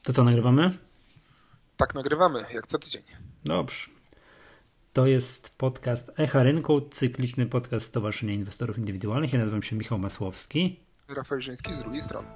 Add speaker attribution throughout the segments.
Speaker 1: To co, nagrywamy?
Speaker 2: Tak nagrywamy, jak co tydzień.
Speaker 1: Dobrze. To jest podcast Echa Rynku, cykliczny podcast Stowarzyszenia Inwestorów Indywidualnych. Ja nazywam się Michał Masłowski.
Speaker 2: Rafał Żyński z drugiej strony.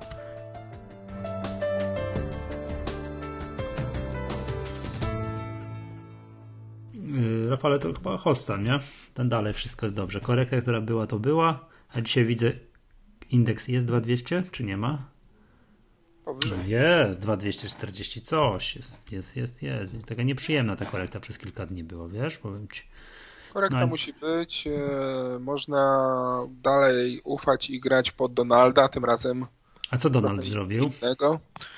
Speaker 1: Rafale, to chyba hostel, nie? Ten dalej wszystko jest dobrze. Korekta, która była, to była. A dzisiaj widzę, indeks jest 2200, czy nie ma?
Speaker 2: Powyżej.
Speaker 1: No jest, 2240 coś. Jest. Taka nieprzyjemna ta korekta przez kilka dni była, wiesz? Powiem ci.
Speaker 2: Korekta
Speaker 1: No,
Speaker 2: musi być. Można dalej ufać i grać pod Donalda, tym razem
Speaker 1: a co Donald
Speaker 2: trochę
Speaker 1: zrobił?
Speaker 2: innego.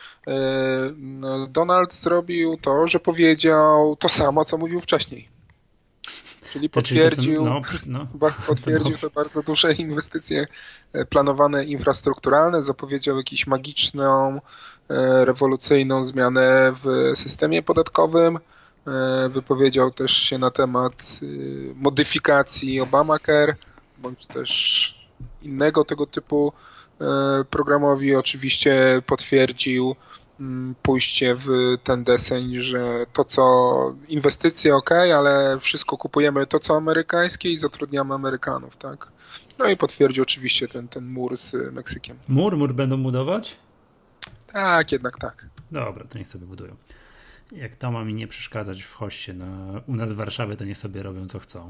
Speaker 2: Donald zrobił to, że powiedział to samo, co mówił wcześniej. Czyli potwierdził, potwierdził te bardzo duże inwestycje planowane infrastrukturalne, zapowiedział jakąś magiczną, rewolucyjną zmianę w systemie podatkowym, wypowiedział też się na temat modyfikacji Obamacare, bądź też innego tego typu programowi. Oczywiście potwierdził pójście w ten deseń, że to co inwestycje ale wszystko kupujemy to co amerykańskie i zatrudniamy Amerykanów, tak? No i potwierdził oczywiście ten mur z Meksykiem.
Speaker 1: Mur będą budować?
Speaker 2: Tak, jednak tak.
Speaker 1: Dobra, to niech sobie budują. Jak to ma mi nie przeszkadzać w hoście u nas w Warszawie, to niech sobie robią co chcą.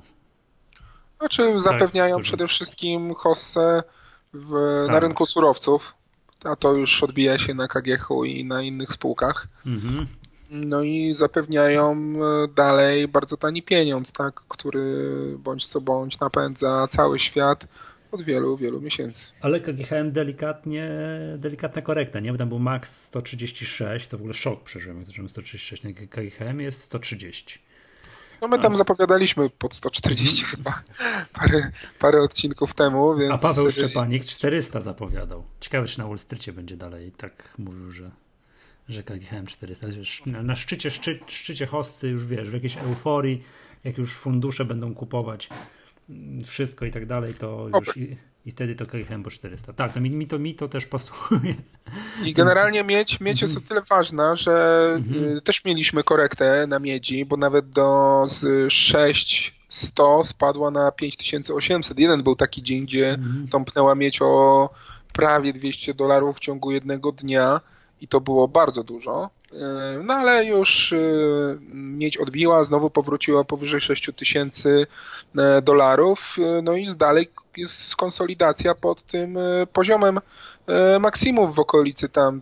Speaker 2: Znaczy zapewniają
Speaker 1: tak,
Speaker 2: przede wszystkim hossę na rynku surowców, a to już odbija się na KGHU i na innych spółkach. Mhm. No i zapewniają dalej bardzo tani pieniądz, tak, który bądź co bądź napędza cały świat od wielu, wielu miesięcy.
Speaker 1: Ale KGHM delikatna korekta, nie? Bo tam był max 136, to w ogóle szok przeżyłem, jak zacząłem 136, na KGHM jest 130.
Speaker 2: No my tam zapowiadaliśmy pod 140 chyba parę odcinków temu, więc...
Speaker 1: A Paweł Szczepanik 400 zapowiadał. Ciekawe, czy na Wall Streetie będzie dalej tak mówił, że KGHM 400. Na szczycie hossy już wiesz, w jakiejś euforii, jak już fundusze będą kupować wszystko i tak dalej, to już i wtedy to KGHM po 400. Tak, no mi to też pasuje.
Speaker 2: I generalnie miedź jest o tyle ważna, że też mieliśmy korektę na miedzi, bo nawet z 6100 spadła na 5800. Jeden był taki dzień, gdzie tąpnęła miedź o prawie $200 w ciągu jednego dnia i to było bardzo dużo. No ale już miedź odbiła, znowu powróciła powyżej $6000. No i dalej jest konsolidacja pod tym poziomem maksimum w okolicy tam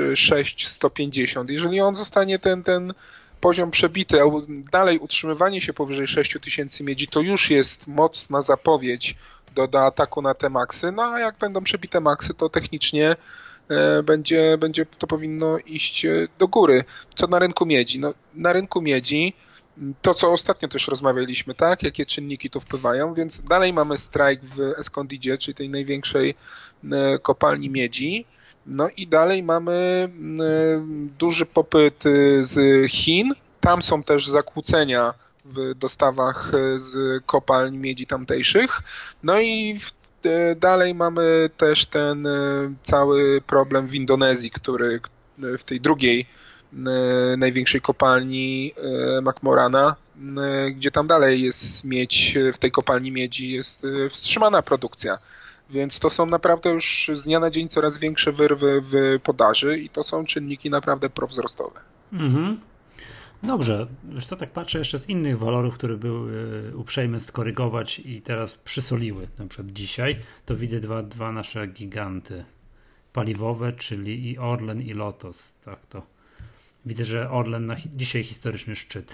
Speaker 2: 6150. Jeżeli on zostanie ten poziom przebity, albo dalej utrzymywanie się powyżej 6000 miedzi, to już jest mocna zapowiedź do ataku na te maksy. No a jak będą przebite maksy, to technicznie będzie to powinno iść do góry. Co na rynku miedzi? No, na rynku miedzi to, co ostatnio też rozmawialiśmy, tak? Jakie czynniki tu wpływają, więc dalej mamy strajk w Escondidzie, czyli tej największej kopalni miedzi. No i dalej mamy duży popyt z Chin. Tam są też zakłócenia w dostawach z kopalń miedzi tamtejszych. No i dalej mamy też ten cały problem w Indonezji, który w tej drugiej największej kopalni McMorana, gdzie tam dalej jest miedź, w tej kopalni miedzi jest wstrzymana produkcja. Więc to są naprawdę już z dnia na dzień coraz większe wyrwy w podaży i to są czynniki naprawdę prowzrostowe.
Speaker 1: Mhm. Dobrze, wiesz co, tak patrzę jeszcze z innych walorów, które były uprzejme skorygować i teraz przysoliły, na przykład dzisiaj, to widzę dwa nasze giganty paliwowe, czyli i Orlen i Lotos. Tak, to widzę, że Orlen na dzisiaj historyczny szczyt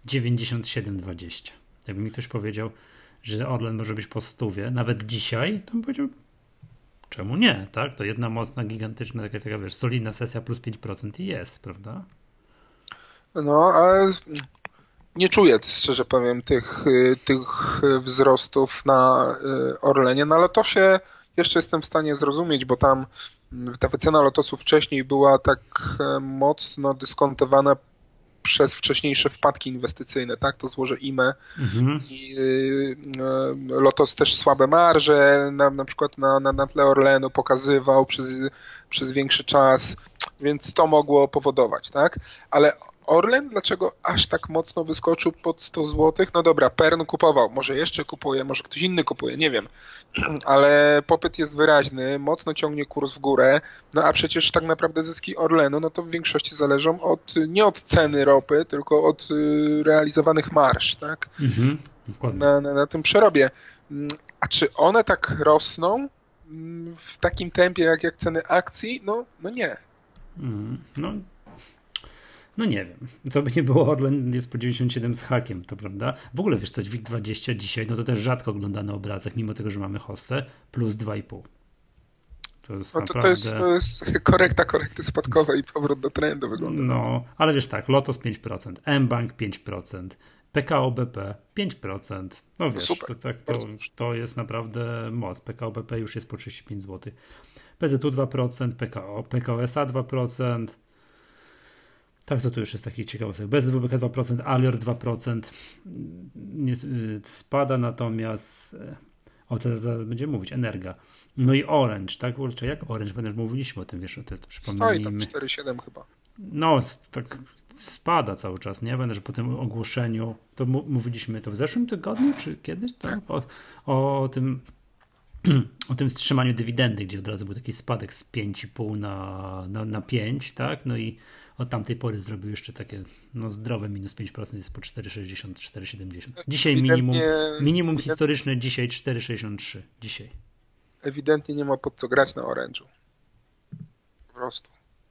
Speaker 1: 97,20. Jakby mi ktoś powiedział, że Orlen może być po 100, nawet dzisiaj, to bym powiedział, czemu nie, tak? To jedna mocna, gigantyczna, taka wiesz, solidna sesja plus 5% i jest, prawda?
Speaker 2: No, ale nie czuję, szczerze powiem, tych wzrostów na Orlenie. Na Lotosie jeszcze jestem w stanie zrozumieć, bo tam ta wycena Lotosu wcześniej była tak mocno dyskontowana przez wcześniejsze wpadki inwestycyjne, tak? To złoże IME i Lotos też słabe marże, na przykład na tle Orlenu pokazywał przez większy czas. więc to mogło powodować, tak? Ale Orlen dlaczego aż tak mocno wyskoczył pod 100 zł? No dobra, Pern kupował, może jeszcze kupuje, może ktoś inny kupuje, nie wiem. Ale popyt jest wyraźny, mocno ciągnie kurs w górę, no a przecież tak naprawdę zyski Orlenu, no to w większości zależą nie od ceny ropy, tylko od realizowanych marż, tak? Na tym przerobie. A czy one tak rosną w takim tempie jak ceny akcji? No nie.
Speaker 1: No nie wiem. Co by nie było, Orlen jest po 97 z hakiem, to prawda? W ogóle wiesz co, WIG20 dzisiaj, no to też rzadko oglądany obrazek, mimo tego, że mamy hossę, plus 2,5. To jest naprawdę...
Speaker 2: to jest korekty spadkowe i powrót do trendu wygląda.
Speaker 1: No, ale wiesz tak, Lotos 5%, mBank 5%, PKO BP 5%. No wiesz, to jest naprawdę moc. PKO BP już jest po 35 zł. PZU 2%, PKO SA 2%. Tak, co tu już jest takich ciekawostek? BZWBK 2%, Alior 2%. Spada natomiast... O, zaraz będziemy mówić, Energa. No i Orange, tak? Czy jak Orange? Będę mówiliśmy o tym, wiesz, to jest, przypomnijmy.
Speaker 2: Stoi tam 4,7 chyba.
Speaker 1: No, tak spada cały czas, nie? Będę, że po tym ogłoszeniu, to mówiliśmy to w zeszłym tygodniu, czy kiedyś? Tak? O tym wstrzymaniu dywidendy, gdzie od razu był taki spadek z 5,5 na 5, tak? No i od tamtej pory zrobił jeszcze takie zdrowe minus 5%, jest po 4,60, 4,70. Dzisiaj minimum historyczne, dzisiaj 4,63. Dzisiaj.
Speaker 2: Ewidentnie nie ma pod co grać na Orange'u. Po prostu.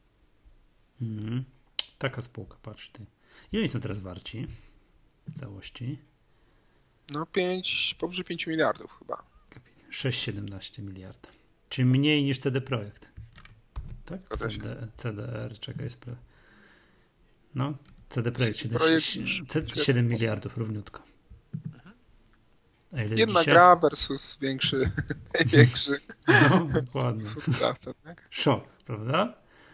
Speaker 1: Taka spółka, patrz ty. Ile oni są teraz warci w całości?
Speaker 2: No powyżej 5 miliardów chyba.
Speaker 1: 6,17 miliarda. Czyli mniej niż CD Projekt. Tak? CDR, czekaj. No, CD Projekt 7 miliardów równiutko.
Speaker 2: Jedna gra versus największy
Speaker 1: dokładnie.
Speaker 2: usługodawca, tak?
Speaker 1: Szok, prawda?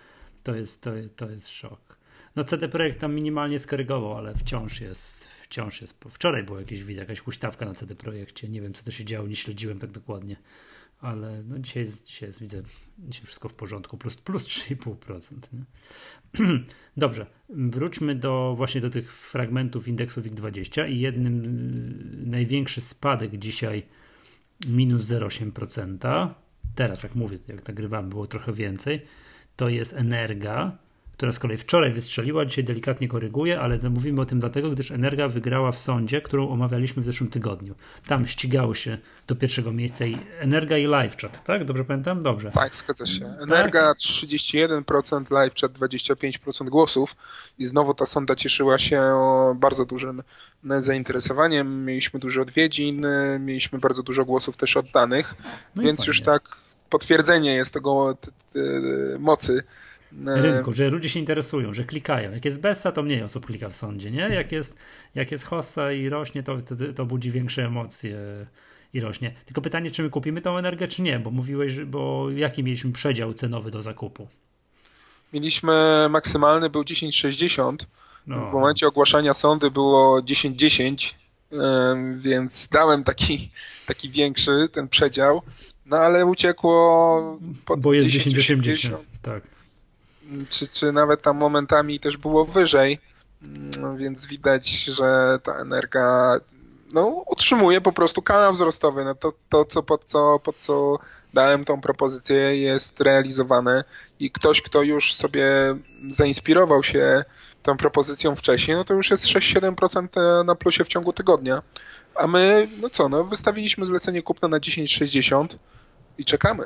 Speaker 1: To jest szok. No CD Projekt tam minimalnie skorygował, ale wciąż jest. Wczoraj była jakaś huśtawka na CD Projekcie. Nie wiem, co to się działo, nie śledziłem tak dokładnie. Ale no dzisiaj jest, widzę, dzisiaj wszystko w porządku, plus 3,5%. Nie? Dobrze, wróćmy właśnie do tych fragmentów indeksu WIG20 i największy spadek dzisiaj minus 0,8%. Teraz, jak mówię, jak nagrywam, było trochę więcej. To jest Energa, która z kolei wczoraj wystrzeliła, dzisiaj delikatnie koryguje, ale mówimy o tym dlatego, gdyż Energa wygrała w sądzie, którą omawialiśmy w zeszłym tygodniu. Tam ścigało się do pierwszego miejsca i Energa i LiveChat, tak? Dobrze pamiętam? Dobrze.
Speaker 2: Tak, zgadza się. Energa 31%, LiveChat 25% głosów i znowu ta sonda cieszyła się bardzo dużym zainteresowaniem. Mieliśmy dużo odwiedzin, mieliśmy bardzo dużo głosów też oddanych, więc fajnie. Już tak potwierdzenie jest tego mocy
Speaker 1: rynku, że ludzie się interesują, że klikają. Jak jest Bessa, to mniej osób klika w sądzie, nie? Jak jest hossa i rośnie, to budzi większe emocje i rośnie. Tylko pytanie, czy my kupimy tą energię, czy nie? Bo mówiłeś, bo jaki mieliśmy przedział cenowy do zakupu?
Speaker 2: Mieliśmy maksymalny, był 10,60. W momencie ogłaszania sądy było 10,10, więc dałem taki większy, ten przedział, no ale uciekło pod
Speaker 1: bo jest 10,80. Tak.
Speaker 2: Czy nawet tam momentami też było wyżej, więc widać, że ta Energa utrzymuje po prostu kanał wzrostowy. No pod co dałem tą propozycję, jest realizowane i ktoś, kto już sobie zainspirował się tą propozycją wcześniej, no to już jest 6-7% na plusie w ciągu tygodnia. A my, wystawiliśmy zlecenie kupna na 10,60 i czekamy.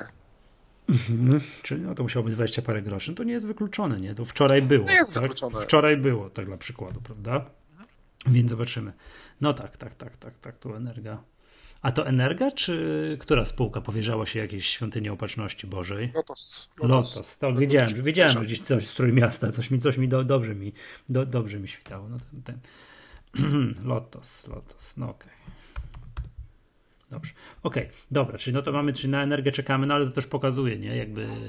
Speaker 1: Czyli to musiało być 20 parę groszy. To nie jest wykluczone, nie? To wczoraj było.
Speaker 2: Nie jest
Speaker 1: tak?
Speaker 2: wykluczone.
Speaker 1: Wczoraj było, tak dla przykładu, prawda? Więc zobaczymy. No tak, tu Energa. A to Energa, czy która spółka powierzała się jakiejś świątyni Opatrzności Bożej? Lotos. To wiedziałem, że gdzieś coś z Trójmiasta, coś mi dobrze mi świtało. No ten. Lotos, no okej. Dobrze. Okej, dobra, czyli to mamy, czyli na Energię czekamy, no ale to też pokazuje, nie?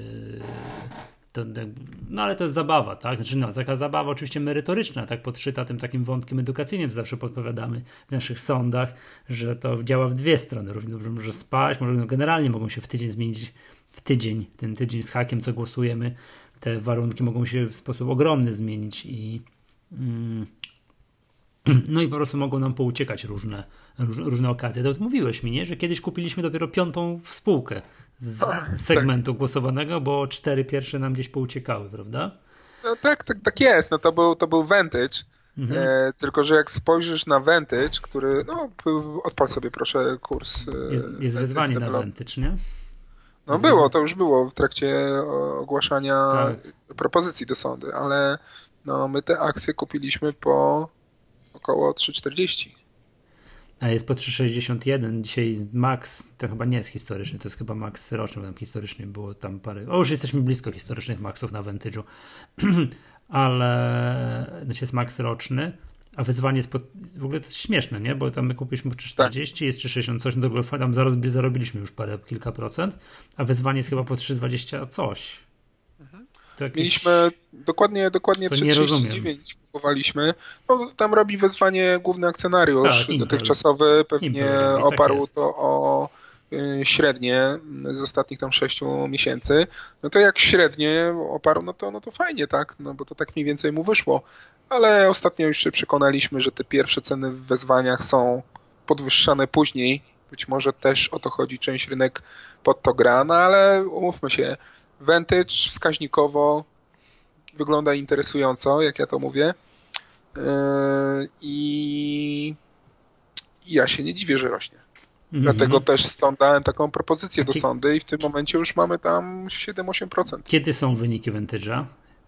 Speaker 1: Ale to jest zabawa, tak? Znaczy, taka zabawa oczywiście merytoryczna, tak podszyta tym takim wątkiem edukacyjnym, zawsze podpowiadamy w naszych sądach, że to działa w dwie strony. Równie dobrze może spać, może generalnie mogą się w tydzień zmienić, ten tydzień z hakiem, co głosujemy, te warunki mogą się w sposób ogromny zmienić i no i po prostu mogą nam pouciekać różne okazje. To mówiłeś mi, nie? Że kiedyś kupiliśmy dopiero 5. spółkę z segmentu głosowanego, bo 4 pierwsze nam gdzieś pouciekały, prawda?
Speaker 2: No tak jest. No to był Vantage. Tylko że jak spojrzysz na Vantage, który, no odpal sobie proszę kurs.
Speaker 1: Jest wyzwanie na Vantage, nie?
Speaker 2: No to już było w trakcie ogłaszania propozycji do sądy, ale no my te akcje kupiliśmy po około 3,40.
Speaker 1: A jest po 3,61. Dzisiaj max, to chyba nie jest historyczny, to jest chyba max roczny, bo tam historycznie było tam parę. Już jesteśmy blisko historycznych maxów na Vantage'u. Ale jest max roczny, a wyzwanie jest w ogóle to jest śmieszne, nie? Bo tam my kupiliśmy po 3,40, jest 3,60 coś, no to tam zarobiliśmy już kilka procent, a wyzwanie jest chyba po 3,20 coś.
Speaker 2: Jakieś... Mieliśmy dokładnie 3,39 kupowaliśmy. No, tam robi wezwanie główny akcjonariusz dotychczasowy, pewnie oparł to o średnie z ostatnich tam 6 miesięcy. No to jak średnie oparł, no to fajnie, tak? No bo to tak mniej więcej mu wyszło. Ale ostatnio już się przekonaliśmy, że te pierwsze ceny w wezwaniach są podwyższane później. Być może też o to chodzi, część rynek pod to gra, no ale umówmy się, Vantage wskaźnikowo wygląda interesująco, jak ja to mówię. I ja się nie dziwię, że rośnie. Dlatego też stąd dałem taką propozycję do sądy i w tym momencie już mamy tam 7-8%.
Speaker 1: Kiedy są wyniki Vantage'a?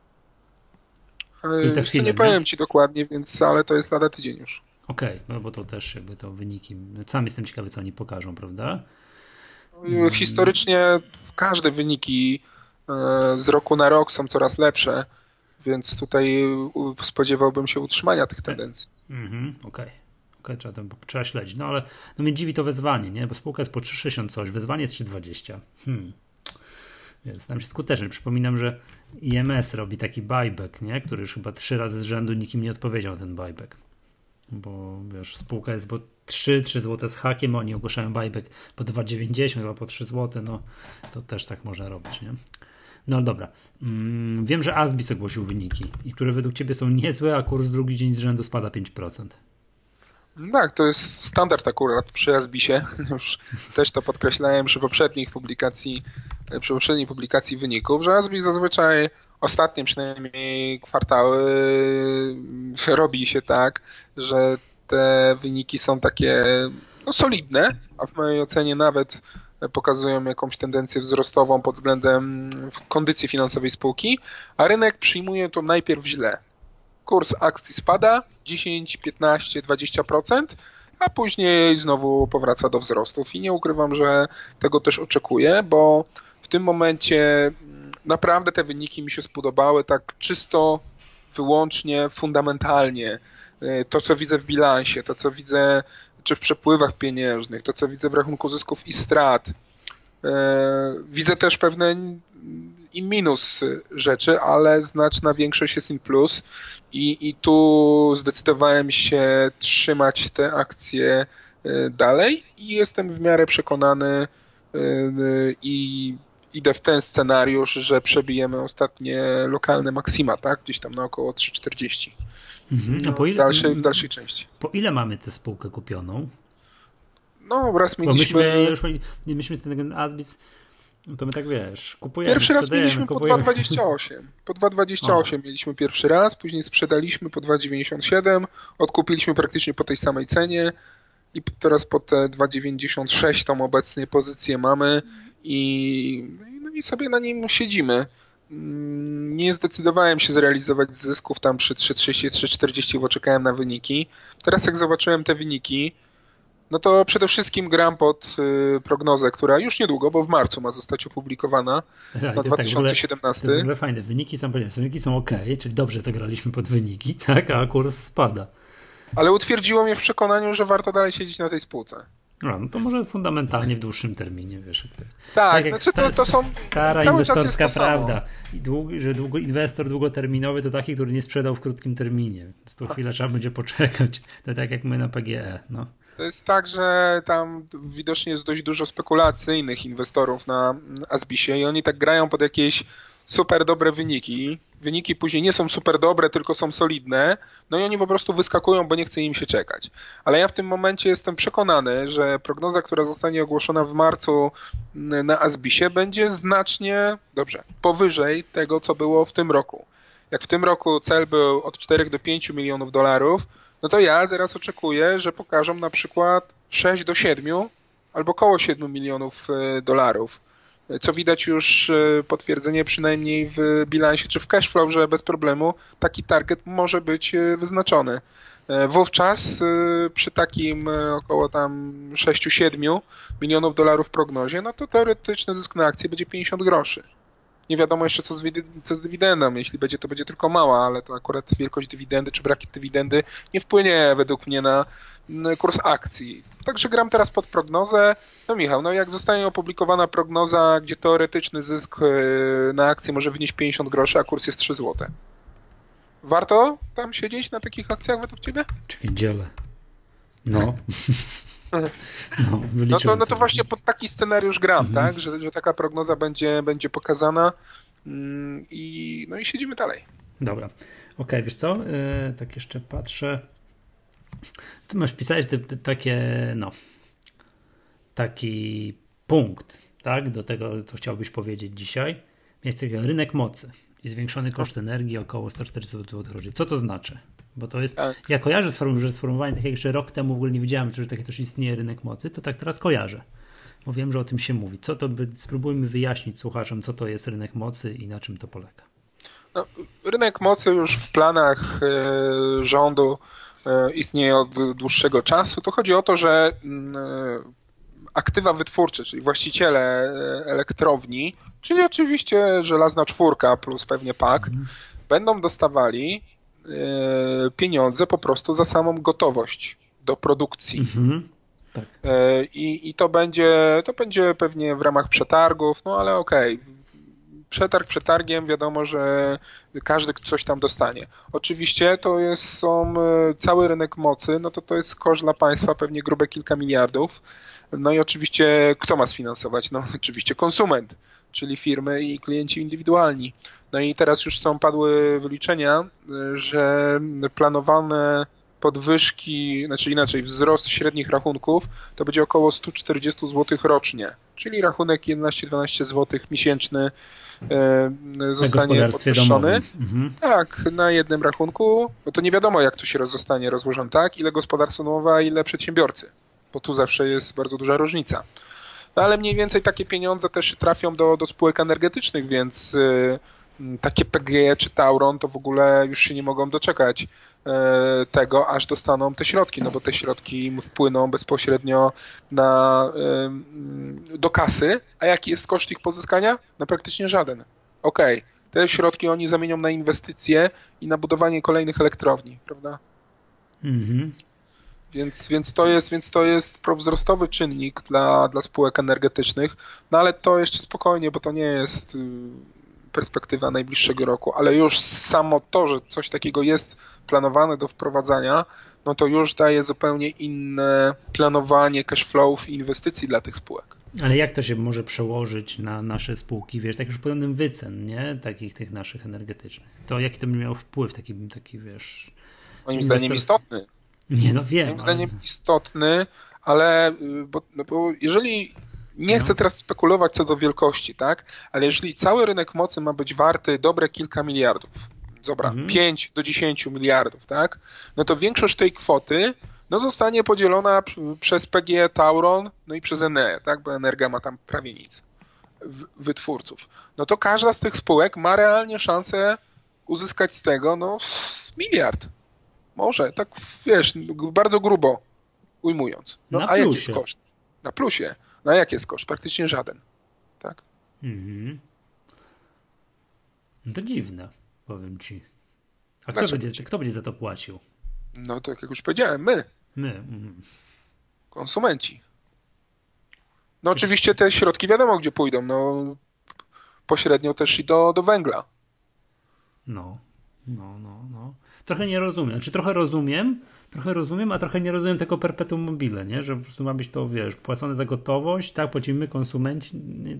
Speaker 2: Jeszcze nie powiem Ci dokładnie, ale to jest lada tydzień już.
Speaker 1: Okej, no bo to też jakby to wyniki. Sam jestem ciekawy, co oni pokażą, prawda?
Speaker 2: Historycznie każde wyniki z roku na rok są coraz lepsze, więc tutaj spodziewałbym się utrzymania tych tendencji.
Speaker 1: Okej, trzeba śledzić. No ale mnie dziwi to wezwanie, nie? Bo spółka jest po 3,60 coś, wezwanie jest 3,20. Znam się skutecznie. Przypominam, że IMS robi taki buyback, nie? Który już chyba 3 razy z rzędu nikim nie odpowiedział na ten buyback. Bo spółka jest po 3 zł z hakiem, oni ogłaszają buyback po 2,90, chyba po 3 zł, no to też tak można robić, nie? No dobra. Wiem, że Asbis ogłosił wyniki, i które według Ciebie są niezłe, a kurs drugi dzień z rzędu spada 5%.
Speaker 2: Tak, to jest standard akurat przy Asbisie. Już też to podkreślałem przy poprzedniej publikacji wyników, że Asbis zazwyczaj ostatnie przynajmniej kwartały robi się tak, że te wyniki są takie solidne, a w mojej ocenie nawet pokazują jakąś tendencję wzrostową pod względem kondycji finansowej spółki, a rynek przyjmuje to najpierw źle. Kurs akcji spada 10, 15, 20%, a później znowu powraca do wzrostów i nie ukrywam, że tego też oczekuję, bo w tym momencie naprawdę te wyniki mi się spodobały tak czysto, wyłącznie, fundamentalnie. To, co widzę w bilansie, to, co widzę czy w przepływach pieniężnych, to, co widzę w rachunku zysków i strat. Widzę też pewne in minus rzeczy, ale znaczna większość jest in plus i tu zdecydowałem się trzymać te akcje dalej i jestem w miarę przekonany i idę w ten scenariusz, że przebijemy ostatnie lokalne maksima, tak? Gdzieś tam na około 3,40. W dalszej części.
Speaker 1: Po ile mamy tę spółkę kupioną?
Speaker 2: No, raz mieliśmy...
Speaker 1: myśmy ten Asbis, to my tak kupujemy.
Speaker 2: Pierwszy raz mieliśmy po 2,28. Po 2,28 mieliśmy pierwszy raz, później sprzedaliśmy po 2,97, odkupiliśmy praktycznie po tej samej cenie i teraz po te 2,96 tą obecnie pozycję mamy i sobie na nim siedzimy. Nie zdecydowałem się zrealizować zysków tam przy 3,30, 3,40, bo czekałem na wyniki. Teraz jak zobaczyłem te wyniki, no to przede wszystkim gram pod prognozę, która już niedługo, bo w marcu ma zostać opublikowana na 2017.
Speaker 1: To jest w ogóle fajne. Wyniki są ok, czyli dobrze zagraliśmy pod wyniki, tak, a kurs spada.
Speaker 2: Ale utwierdziło mnie w przekonaniu, że warto dalej siedzieć na tej spółce.
Speaker 1: No to może fundamentalnie w dłuższym terminie, wiesz.
Speaker 2: Tak, znaczy to są
Speaker 1: stara inwestorska prawda. Że inwestor długoterminowy to taki, który nie sprzedał w krótkim terminie. Więc to chwilę trzeba będzie poczekać. To tak jak my na PGE. No.
Speaker 2: To jest tak, że tam widocznie jest dość dużo spekulacyjnych inwestorów na Asbisie i oni tak grają pod jakieś super dobre wyniki. Wyniki później nie są super dobre, tylko są solidne, no i oni po prostu wyskakują, bo nie chce im się czekać. Ale ja w tym momencie jestem przekonany, że prognoza, która zostanie ogłoszona w marcu na Asbisie, będzie znacznie, powyżej tego, co było w tym roku. Jak w tym roku cel był od 4 do 5 milionów dolarów, no to ja teraz oczekuję, że pokażą na przykład 6 do 7 albo około 7 milionów dolarów. Co widać już potwierdzenie przynajmniej w bilansie czy w cashflow, że bez problemu taki target może być wyznaczony. Wówczas przy takim około tam 6-7 milionów dolarów prognozie, no to teoretyczny zysk na akcję będzie 50 groszy. Nie wiadomo jeszcze co z dywidendą. Jeśli będzie, to będzie tylko mała, ale to akurat wielkość dywidendy czy brak dywidendy nie wpłynie według mnie na kurs akcji. Także gram teraz pod prognozę. No Michał, no jak zostanie opublikowana prognoza, gdzie teoretyczny zysk na akcję może wynieść 50 groszy, a kurs jest 3 złote. Warto tam siedzieć na takich akcjach według ciebie?
Speaker 1: Pierdziele. No.
Speaker 2: No to właśnie pod taki scenariusz gram, tak? Że taka prognoza będzie pokazana i siedzimy dalej.
Speaker 1: Dobra. Okej, wiesz co? Tak jeszcze patrzę. Ty masz pisać taki punkt, tak? Do tego, co chciałbyś powiedzieć dzisiaj. Jest taki rynek mocy i zwiększony koszt energii około 140 zł rocznie. Co to znaczy? Bo to jest, ja kojarzę sformułowanie takie, że rok temu w ogóle nie wiedziałem, że takie coś istnieje, rynek mocy, to tak teraz kojarzę. Bo wiem, że o tym się mówi. Spróbujmy wyjaśnić słuchaczom, co to jest rynek mocy i na czym to polega.
Speaker 2: No, rynek mocy już w planach rządu istnieje od dłuższego czasu. To chodzi o to, że aktywa wytwórcze, czyli właściciele elektrowni, czyli oczywiście żelazna czwórka plus pewnie PAK, będą dostawali pieniądze po prostu za samą gotowość do produkcji.
Speaker 1: Tak.
Speaker 2: I to będzie pewnie w ramach przetargów, no ale okej. Przetarg przetargiem, wiadomo, że każdy coś tam dostanie. Oczywiście są cały rynek mocy, no to jest koszt dla państwa pewnie grube kilka miliardów. No i oczywiście kto ma sfinansować? No oczywiście konsument, czyli firmy i klienci indywidualni. No i teraz już padły wyliczenia, że planowane podwyżki, znaczy inaczej, wzrost średnich rachunków to będzie około 140 zł rocznie, czyli rachunek 11-12 zł miesięczny zostanie podwyższony. Tak, na jednym rachunku, bo to nie wiadomo jak to się zostanie rozłożone, tak? Ile gospodarstwo domowe, a ile przedsiębiorcy, bo tu zawsze jest bardzo duża różnica. No ale mniej więcej takie pieniądze też trafią do spółek energetycznych, więc takie PGE czy Tauron to w ogóle już się nie mogą doczekać tego, aż dostaną te środki, no bo te środki im wpłyną bezpośrednio do kasy, a jaki jest koszt ich pozyskania? No praktycznie żaden. Okej, te środki oni zamienią na inwestycje i na budowanie kolejnych elektrowni, prawda? Więc to jest prowzrostowy czynnik dla spółek energetycznych, no ale to jeszcze spokojnie, bo to nie jest perspektywa najbliższego roku, ale już samo to, że coś takiego jest planowane do wprowadzania, no to już daje zupełnie inne planowanie cash flowów i inwestycji dla tych spółek.
Speaker 1: Ale jak to się może przełożyć na nasze spółki, wiesz, tak już podobnym wycen, nie? Tych naszych energetycznych. To jaki to by miał wpływ, taki wiesz...
Speaker 2: Moim zdaniem istotny.
Speaker 1: Nie, no wiem.
Speaker 2: Moim zdaniem istotny, ale bo jeżeli... Nie chcę teraz spekulować co do wielkości, tak? Ale jeżeli cały rynek mocy ma być warty dobre kilka miliardów, 5 do 10 miliardów, tak? No to większość tej kwoty zostanie podzielona przez PGE Tauron, no i przez Enea, tak? Bo Energa ma tam prawie nic wytwórców. No to każda z tych spółek ma realnie szansę uzyskać z tego miliard. Może, tak wiesz, bardzo grubo ujmując. A jaki jest koszt? Na plusie. No a jaki jest koszt? Praktycznie żaden. Tak?
Speaker 1: No to dziwne, powiem ci. A kto będzie za to płacił?
Speaker 2: No to jak już powiedziałem, my. Konsumenci. No oczywiście te środki wiadomo gdzie pójdą. No pośrednio też i do węgla.
Speaker 1: No. Trochę nie rozumiem. Znaczy trochę rozumiem, trochę rozumiem, a trochę nie rozumiem tego perpetuum mobile, nie? Że po prostu ma być to, wiesz, płacone za gotowość, tak, płacimy konsumenci, nie,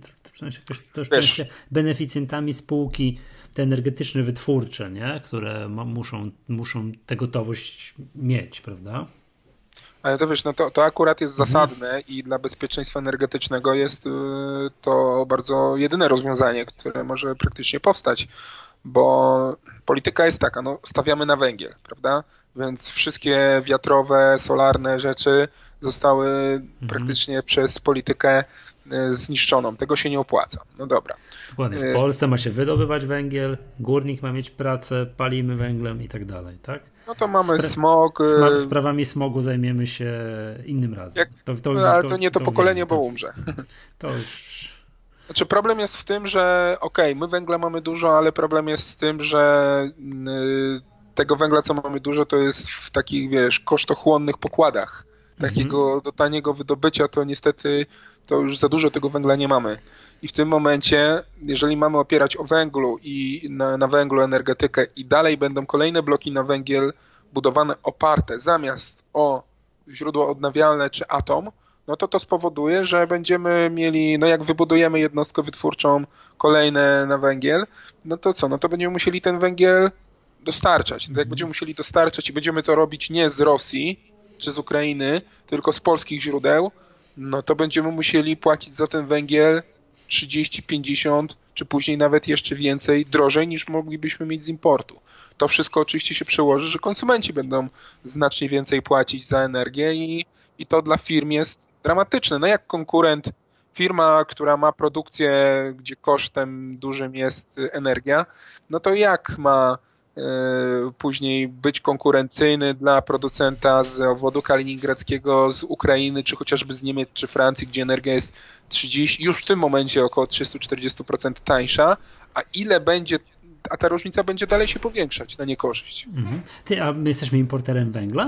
Speaker 1: to beneficjentami spółki te energetyczne, wytwórcze, nie? Które muszą tę gotowość mieć, prawda?
Speaker 2: Ale to wiesz, no to akurat jest zasadne i dla bezpieczeństwa energetycznego jest to bardzo jedyne rozwiązanie, które może praktycznie powstać, bo polityka jest taka, no stawiamy na węgiel, prawda? Więc wszystkie wiatrowe, solarne rzeczy zostały praktycznie przez politykę zniszczoną. Tego się nie opłaca. No dobra.
Speaker 1: Dokładnie. W Polsce ma się wydobywać węgiel, górnik ma mieć pracę, palimy węglem i tak dalej, tak?
Speaker 2: No to mamy smog.
Speaker 1: Sprawami smogu zajmiemy się innym razem.
Speaker 2: Ale to nie to pokolenie, wiem, bo umrze.
Speaker 1: To już...
Speaker 2: Znaczy problem jest w tym, że my węgla mamy dużo, ale problem jest z tym, że tego węgla, co mamy dużo, to jest w takich, wiesz, kosztochłonnych pokładach. Takiego do taniego wydobycia to niestety to już za dużo tego węgla nie mamy. I w tym momencie, jeżeli mamy opierać o węglu i na węglu energetykę i dalej będą kolejne bloki na węgiel budowane oparte zamiast o źródła odnawialne czy atom, no to spowoduje, że będziemy mieli, no jak wybudujemy jednostkę wytwórczą kolejne na węgiel, no to co? No to będziemy musieli ten węgiel dostarczać. Jak będziemy musieli dostarczać i będziemy to robić nie z Rosji czy z Ukrainy, tylko z polskich źródeł, no to będziemy musieli płacić za ten węgiel 30, 50 czy później nawet jeszcze więcej drożej niż moglibyśmy mieć z importu. To wszystko oczywiście się przełoży, że konsumenci będą znacznie więcej płacić za energię i to dla firm jest dramatyczne. No jak konkurent, firma, która ma produkcję, gdzie kosztem dużym jest energia, no to jak ma później być konkurencyjny dla producenta z obwodu kaliningradzkiego, z Ukrainy, czy chociażby z Niemiec, czy Francji, gdzie energia jest 30, już w tym momencie około 30-40% tańsza, a ta różnica będzie dalej się powiększać na niekorzyść.
Speaker 1: Ty, a my jesteśmy importerem węgla?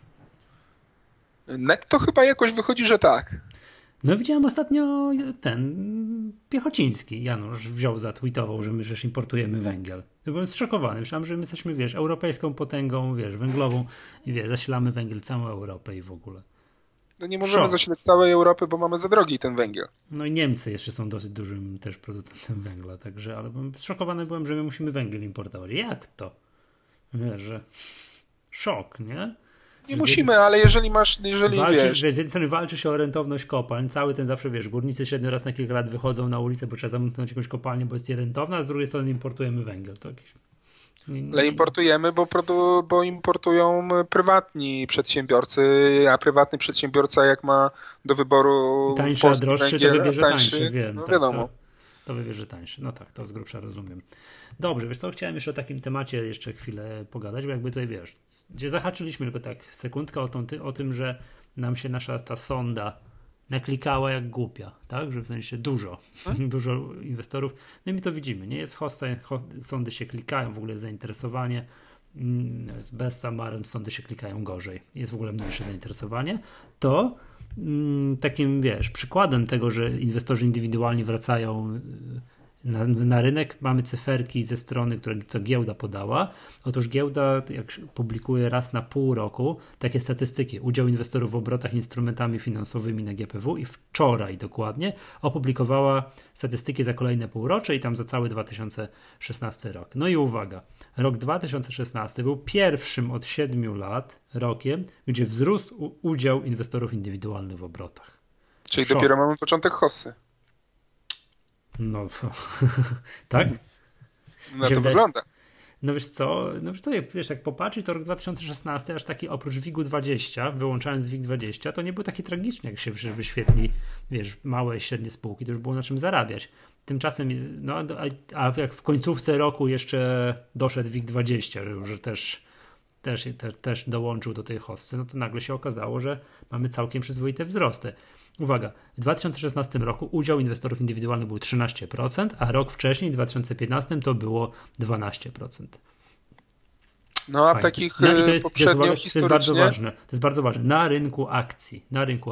Speaker 2: Netto chyba jakoś wychodzi, że tak.
Speaker 1: No widziałem ostatnio Piechociński, Janusz zatweetował, że my żeś importujemy węgiel. Ja byłem zszokowany. Myślałem, że my jesteśmy, wiesz, europejską potęgą, wiesz, węglową i wiesz, zasilamy węgiel całą Europę i w ogóle.
Speaker 2: No nie możemy zasilać całej Europy, bo mamy za drogi ten węgiel.
Speaker 1: No i Niemcy jeszcze są dosyć dużym też producentem węgla, także, ale zszokowany byłem, że my musimy węgiel importować. Jak to? Wiesz, że szok, nie?
Speaker 2: Nie musimy, ale jeżeli wiesz...
Speaker 1: Z jednej strony walczy się o rentowność kopalń, cały ten zawsze, wiesz, górnicy średnio raz na kilka lat wychodzą na ulicę, bo trzeba zamknąć jakąś kopalnię, bo jest nierentowna, a z drugiej strony importujemy węgiel. To jakieś...
Speaker 2: Ale importujemy, bo importują prywatni przedsiębiorcy, a prywatny przedsiębiorca jak ma do wyboru
Speaker 1: tańszy, a droższy,
Speaker 2: węgiel,
Speaker 1: to wybierze tańszy, wiem.
Speaker 2: No
Speaker 1: tak,
Speaker 2: wiadomo.
Speaker 1: To wybierze tańszy. No tak, to z grubsza rozumiem. Dobrze, wiesz co, chciałem jeszcze o takim temacie jeszcze chwilę pogadać, bo jakby tutaj, wiesz, gdzie zahaczyliśmy tylko tak sekundkę o tym, że nam się nasza ta sonda naklikała jak głupia, tak? Że w sensie dużo inwestorów. No i my to widzimy, nie? Jest hossa, sondy się klikają, w ogóle jest zainteresowanie. Z Bessa, Maren, sondy się klikają gorzej. Jest w ogóle mniejsze zainteresowanie. To takim, wiesz, przykładem tego, że inwestorzy indywidualni wracają na rynek, mamy cyferki ze strony, co giełda podała. Otóż giełda, jak publikuje raz na pół roku takie statystyki, udział inwestorów w obrotach instrumentami finansowymi na GPW i wczoraj dokładnie opublikowała statystyki za kolejne półrocze i tam za cały 2016 rok. No i uwaga, rok 2016 był pierwszym od 7 lat rokiem, gdzie wzrósł udział inwestorów indywidualnych w obrotach.
Speaker 2: Czyli dopiero mamy początek hossy.
Speaker 1: No, tak?
Speaker 2: No to wygląda.
Speaker 1: No wiesz co, jak popatrzeć, to rok 2016, aż taki oprócz WIG-20, wyłączając WIG-20, to nie był taki tragiczny, jak się wyświetli, wiesz, małe i średnie spółki, to już było na czym zarabiać. Tymczasem, no, a jak w końcówce roku jeszcze doszedł WIG-20, że też dołączył do tej hossy, no to nagle się okazało, że mamy całkiem przyzwoite wzrosty. Uwaga, w 2016 roku udział inwestorów indywidualnych był 13%, a rok wcześniej, w 2015, to było 12%.
Speaker 2: No a w takich poprzednio historycznie...
Speaker 1: To jest bardzo ważne. Na rynku akcji.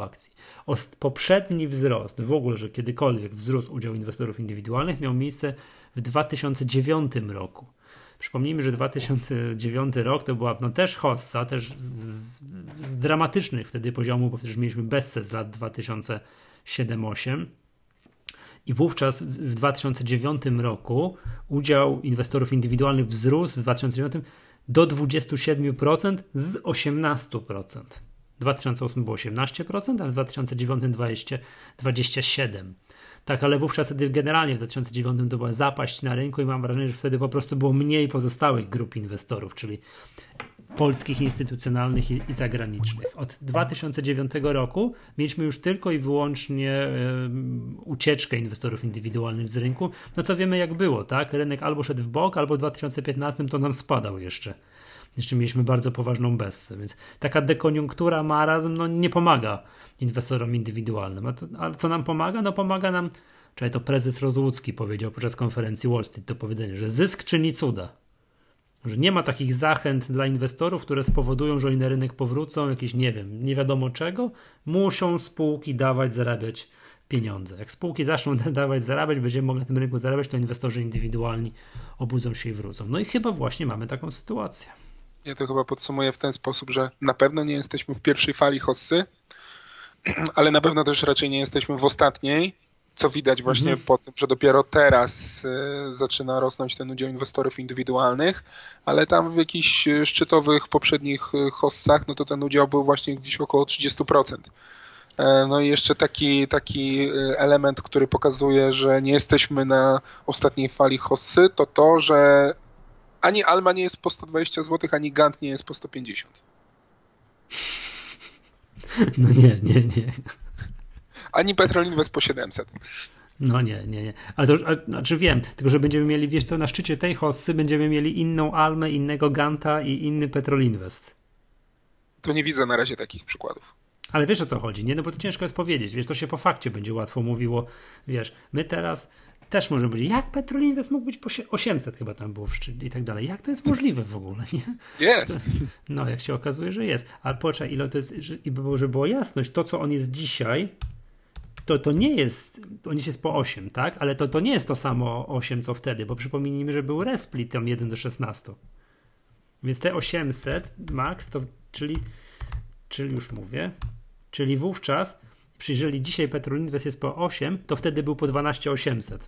Speaker 1: Poprzedni wzrost, w ogóle, że kiedykolwiek wzrósł udział inwestorów indywidualnych, miał miejsce w 2009 roku. W Przypomnijmy, że 2009 rok to była też hossa, też z dramatycznych wtedy poziomów, bo przecież mieliśmy bezse z lat 2007-2008 i wówczas w 2009 roku udział inwestorów indywidualnych wzrósł w 2009 do 27% z 18%. W 2008 było 18%, a w 2009 27%. Tak, ale wówczas wtedy generalnie w 2009 to była zapaść na rynku i mam wrażenie, że wtedy po prostu było mniej pozostałych grup inwestorów, czyli polskich, instytucjonalnych i zagranicznych. Od 2009 roku mieliśmy już tylko i wyłącznie ucieczkę inwestorów indywidualnych z rynku. No co wiemy jak było, tak? Rynek albo szedł w bok, albo w 2015 to nam spadał jeszcze. Jeszcze mieliśmy bardzo poważną bessę, więc taka dekoniunktura, marazm, no nie pomaga inwestorom indywidualnym. Ale co nam pomaga? No pomaga nam, czyli to prezes Rozłucki powiedział podczas konferencji Wall Street, to powiedzenie, że zysk czyni cuda. Że nie ma takich zachęt dla inwestorów, które spowodują, że oni na rynek powrócą, jakieś nie wiem, nie wiadomo czego, muszą spółki dawać, zarabiać pieniądze. Jak spółki zaczną dawać, zarabiać, będziemy mogli na tym rynku zarabiać, to inwestorzy indywidualni obudzą się i wrócą. No i chyba właśnie mamy taką sytuację.
Speaker 2: Ja to chyba podsumuję w ten sposób, że na pewno nie jesteśmy w pierwszej fali hossy, ale na pewno też raczej nie jesteśmy w ostatniej, co widać właśnie po tym, że dopiero teraz zaczyna rosnąć ten udział inwestorów indywidualnych, ale tam w jakichś szczytowych poprzednich hossach, no to ten udział był właśnie gdzieś około 30%. No i jeszcze taki element, który pokazuje, że nie jesteśmy na ostatniej fali hossy, to, że ani Alma nie jest po 120 zł, ani Gant nie jest po 150.
Speaker 1: No nie.
Speaker 2: Ani Petrol Invest po 700.
Speaker 1: No nie. Ale to, znaczy wiem, tylko że będziemy mieli, wiesz co, na szczycie tej hossy będziemy mieli inną Almę, innego Ganta i inny Petrol Invest.
Speaker 2: To nie widzę na razie takich przykładów.
Speaker 1: Ale wiesz o co chodzi, nie? No bo to ciężko jest powiedzieć, wiesz, to się po fakcie będzie łatwo mówiło, wiesz, my teraz też możemy powiedzieć, jak Petrol Invest mógł być po 800 chyba tam było w szczycie i tak dalej, jak to jest możliwe w ogóle, nie?
Speaker 2: Jest.
Speaker 1: No, jak się okazuje, że jest, ale poczekaj, ile to jest, żeby była jasność, to co on jest dzisiaj, to nie jest, on jest po 8, tak? Ale to nie jest to samo 8 co wtedy, bo przypomnijmy, że był resplit tam 1 do 16. Więc te 800 max to, czyli już mówię, czyli wówczas, jeżeli dzisiaj Petrol Invest jest po 8, to wtedy był po 12 800.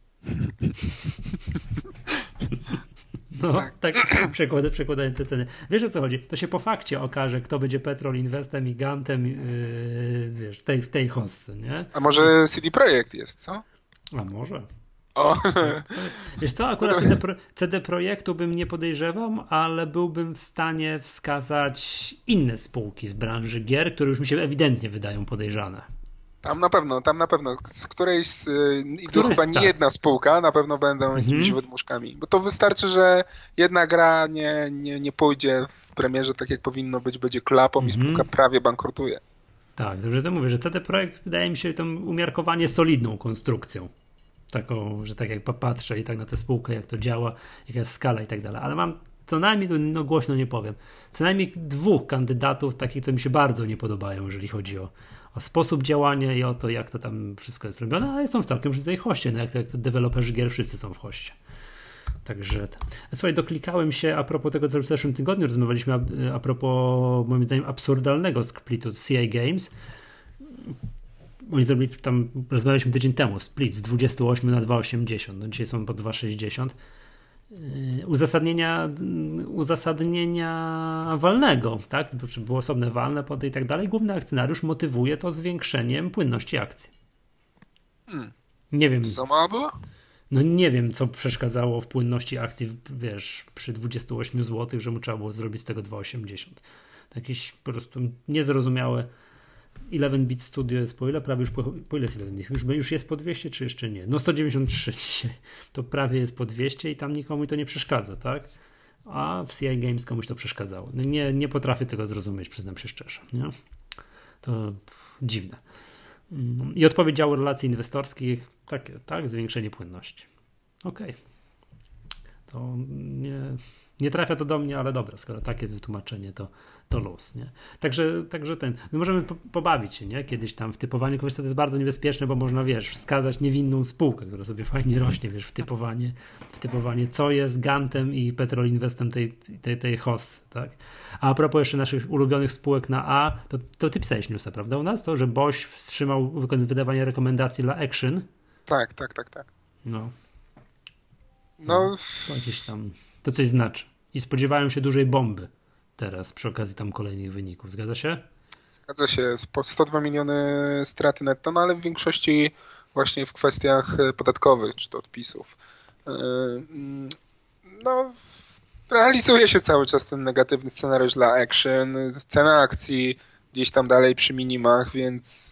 Speaker 1: No, tak przekładając te ceny. Wiesz o co chodzi? To się po fakcie okaże, kto będzie Petrol Investem i Gantem, wiesz, w tej hossy, nie?
Speaker 2: A może CD Projekt jest, co?
Speaker 1: A może.
Speaker 2: O.
Speaker 1: Wiesz co, akurat CD Projektu bym nie podejrzewał, ale byłbym w stanie wskazać inne spółki z branży gier, które już mi się ewidentnie wydają podejrzane.
Speaker 2: Tam na pewno, z którejś to chyba nie jedna spółka, na pewno będą jakimiś wydmuszkami. Bo to wystarczy, że jedna gra nie pójdzie w premierze tak jak powinno być, będzie klapą i spółka prawie bankrutuje.
Speaker 1: Tak, dobrze to mówię, że CD Projekt wydaje mi się tą umiarkowanie solidną konstrukcją. Taką, że tak jak popatrzę i tak na tę spółkę, jak to działa, jaka jest skala i tak dalej. Ale mam co najmniej, no głośno nie powiem, co najmniej 2 kandydatów takich, co mi się bardzo nie podobają, jeżeli chodzi o sposób działania i o to, jak to tam wszystko jest robione, ale są w całkiem przy tej hoście, no jak to deweloperzy gier wszyscy są w hoście. Także, słuchaj, doklikałem się a propos tego, co w zeszłym tygodniu rozmawialiśmy, a propos, moim zdaniem, absurdalnego splitu CI Games. Oni zrobili tam, rozmawialiśmy tydzień temu, split z 28 na 2,80, no dzisiaj są po 2,60. Uzasadnienia walnego, tak? Było osobne walne pod i tak dalej. Główny akcjonariusz motywuje to zwiększeniem płynności akcji. Nie wiem.
Speaker 2: To za mało było?
Speaker 1: No nie wiem, co przeszkadzało w płynności akcji, wiesz, przy 28 zł, że mu trzeba było zrobić z tego 2,80. Jakieś po prostu niezrozumiałe. 11-bit Studio jest po ile? Prawie już po ile jest 11-bit? Już jest po 200 czy jeszcze nie? No 193 dzisiaj. To prawie jest po 200 i tam nikomu to nie przeszkadza, tak? A w CI Games komuś to przeszkadzało. No nie potrafię tego zrozumieć, przyznam się szczerze. Nie? To dziwne. I odpowiedź działu relacji inwestorskich, tak, zwiększenie płynności. Okej. To Nie trafia to do mnie, ale dobra, skoro tak jest wytłumaczenie, to luz, nie? Także możemy pobawić się, nie? Kiedyś tam w typowaniu, tylko to jest bardzo niebezpieczne, bo można, wskazać niewinną spółkę, która sobie fajnie rośnie, w typowanie, co jest Gantem i Petrol Investem tej HOS, tak? A propos jeszcze naszych ulubionych spółek na A, to ty pisałeś newsa, prawda, u nas? To, że BOŚ wstrzymał wydawanie rekomendacji dla Action.
Speaker 2: Tak.
Speaker 1: No, jakieś tam, to coś znaczy. I spodziewają się dużej bomby teraz przy okazji tam kolejnych wyników. Zgadza się?
Speaker 2: Zgadza się. 102 miliony straty netto, no ale w większości właśnie w kwestiach podatkowych, czy to odpisów. No, realizuje się cały czas ten negatywny scenariusz dla Action. Cena akcji gdzieś tam dalej przy minimach, więc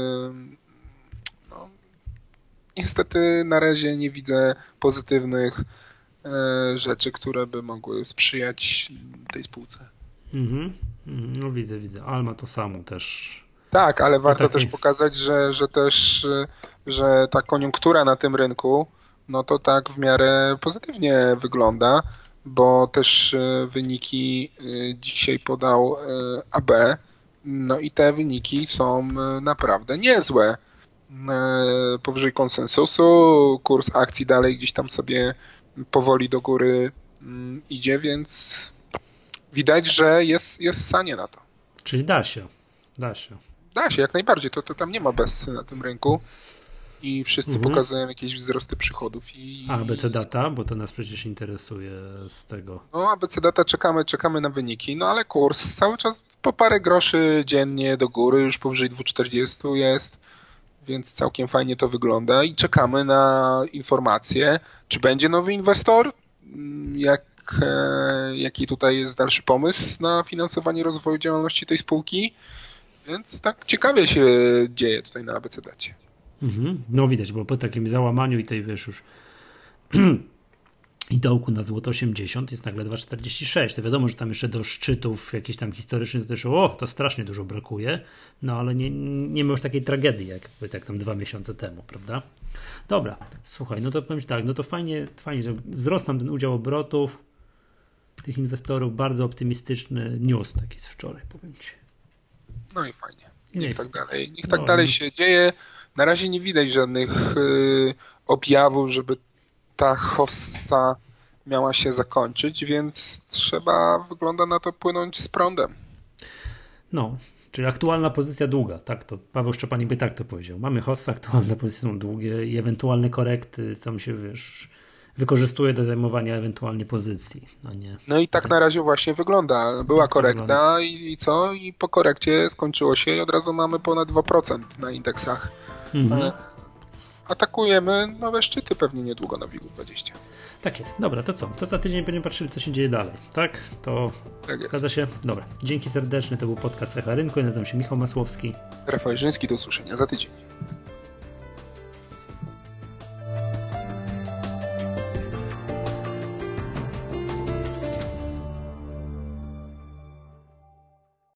Speaker 2: no, niestety na razie nie widzę pozytywnych rzeczy, które by mogły sprzyjać tej spółce.
Speaker 1: No widzę. Alma to samo też.
Speaker 2: Tak, ale warto też pokazać, że ta koniunktura na tym rynku, no to tak w miarę pozytywnie wygląda, bo też wyniki dzisiaj podał AB, no i te wyniki są naprawdę niezłe. Powyżej konsensusu, kurs akcji dalej gdzieś tam sobie powoli do góry idzie, więc widać, że jest sanie na to.
Speaker 1: Czyli da się.
Speaker 2: Da się, jak najbardziej. To tam nie ma bez na tym rynku i wszyscy pokazują jakieś wzrosty przychodów.
Speaker 1: A ABC Data, bo to nas przecież interesuje z tego.
Speaker 2: No ABC Data czekamy na wyniki, no ale kurs cały czas po parę groszy dziennie do góry, już powyżej 2,40 jest, więc całkiem fajnie to wygląda i czekamy na informacje, czy będzie nowy inwestor, jaki tutaj jest dalszy pomysł na finansowanie rozwoju działalności tej spółki, więc tak ciekawie się dzieje tutaj na ABC Dacie.
Speaker 1: No widać, bo po takim załamaniu i tej już i dołku na złoto 80 jest nagle 2,46. To wiadomo, że tam jeszcze do szczytów jakichś tam historycznych to też to strasznie dużo brakuje, no ale nie ma już takiej tragedii jak tam 2 miesiące temu, prawda? Dobra, słuchaj, no to powiem ci tak, no to fajnie, że wzrost nam ten udział obrotów tych inwestorów, bardzo optymistyczny news taki jest wczoraj, powiem ci.
Speaker 2: No i fajnie. Niech tak dalej się dzieje. Na razie nie widać żadnych objawów, żeby ta hossa miała się zakończyć, więc wygląda na to, płynąć z prądem.
Speaker 1: No, czyli aktualna pozycja długa, tak to Paweł Szczepanik by tak to powiedział. Mamy hossa, aktualne pozycje są długie i ewentualne korekty tam się, wykorzystuje do zajmowania ewentualnie pozycji.
Speaker 2: No i tak na razie właśnie wygląda. Była korekta i co? I po korekcie skończyło się i od razu mamy ponad 2% na indeksach. Atakujemy nowe szczyty pewnie niedługo na WIG20.
Speaker 1: Tak jest. Dobra, to co? To za tydzień będziemy patrzyli, co się dzieje dalej. Tak? To tak zgadza się? Dobra. Dzięki serdeczne. To był podcast Echa Rynku. Ja nazywam się Michał Masłowski.
Speaker 2: Rafał Jerzyński. Do usłyszenia za tydzień.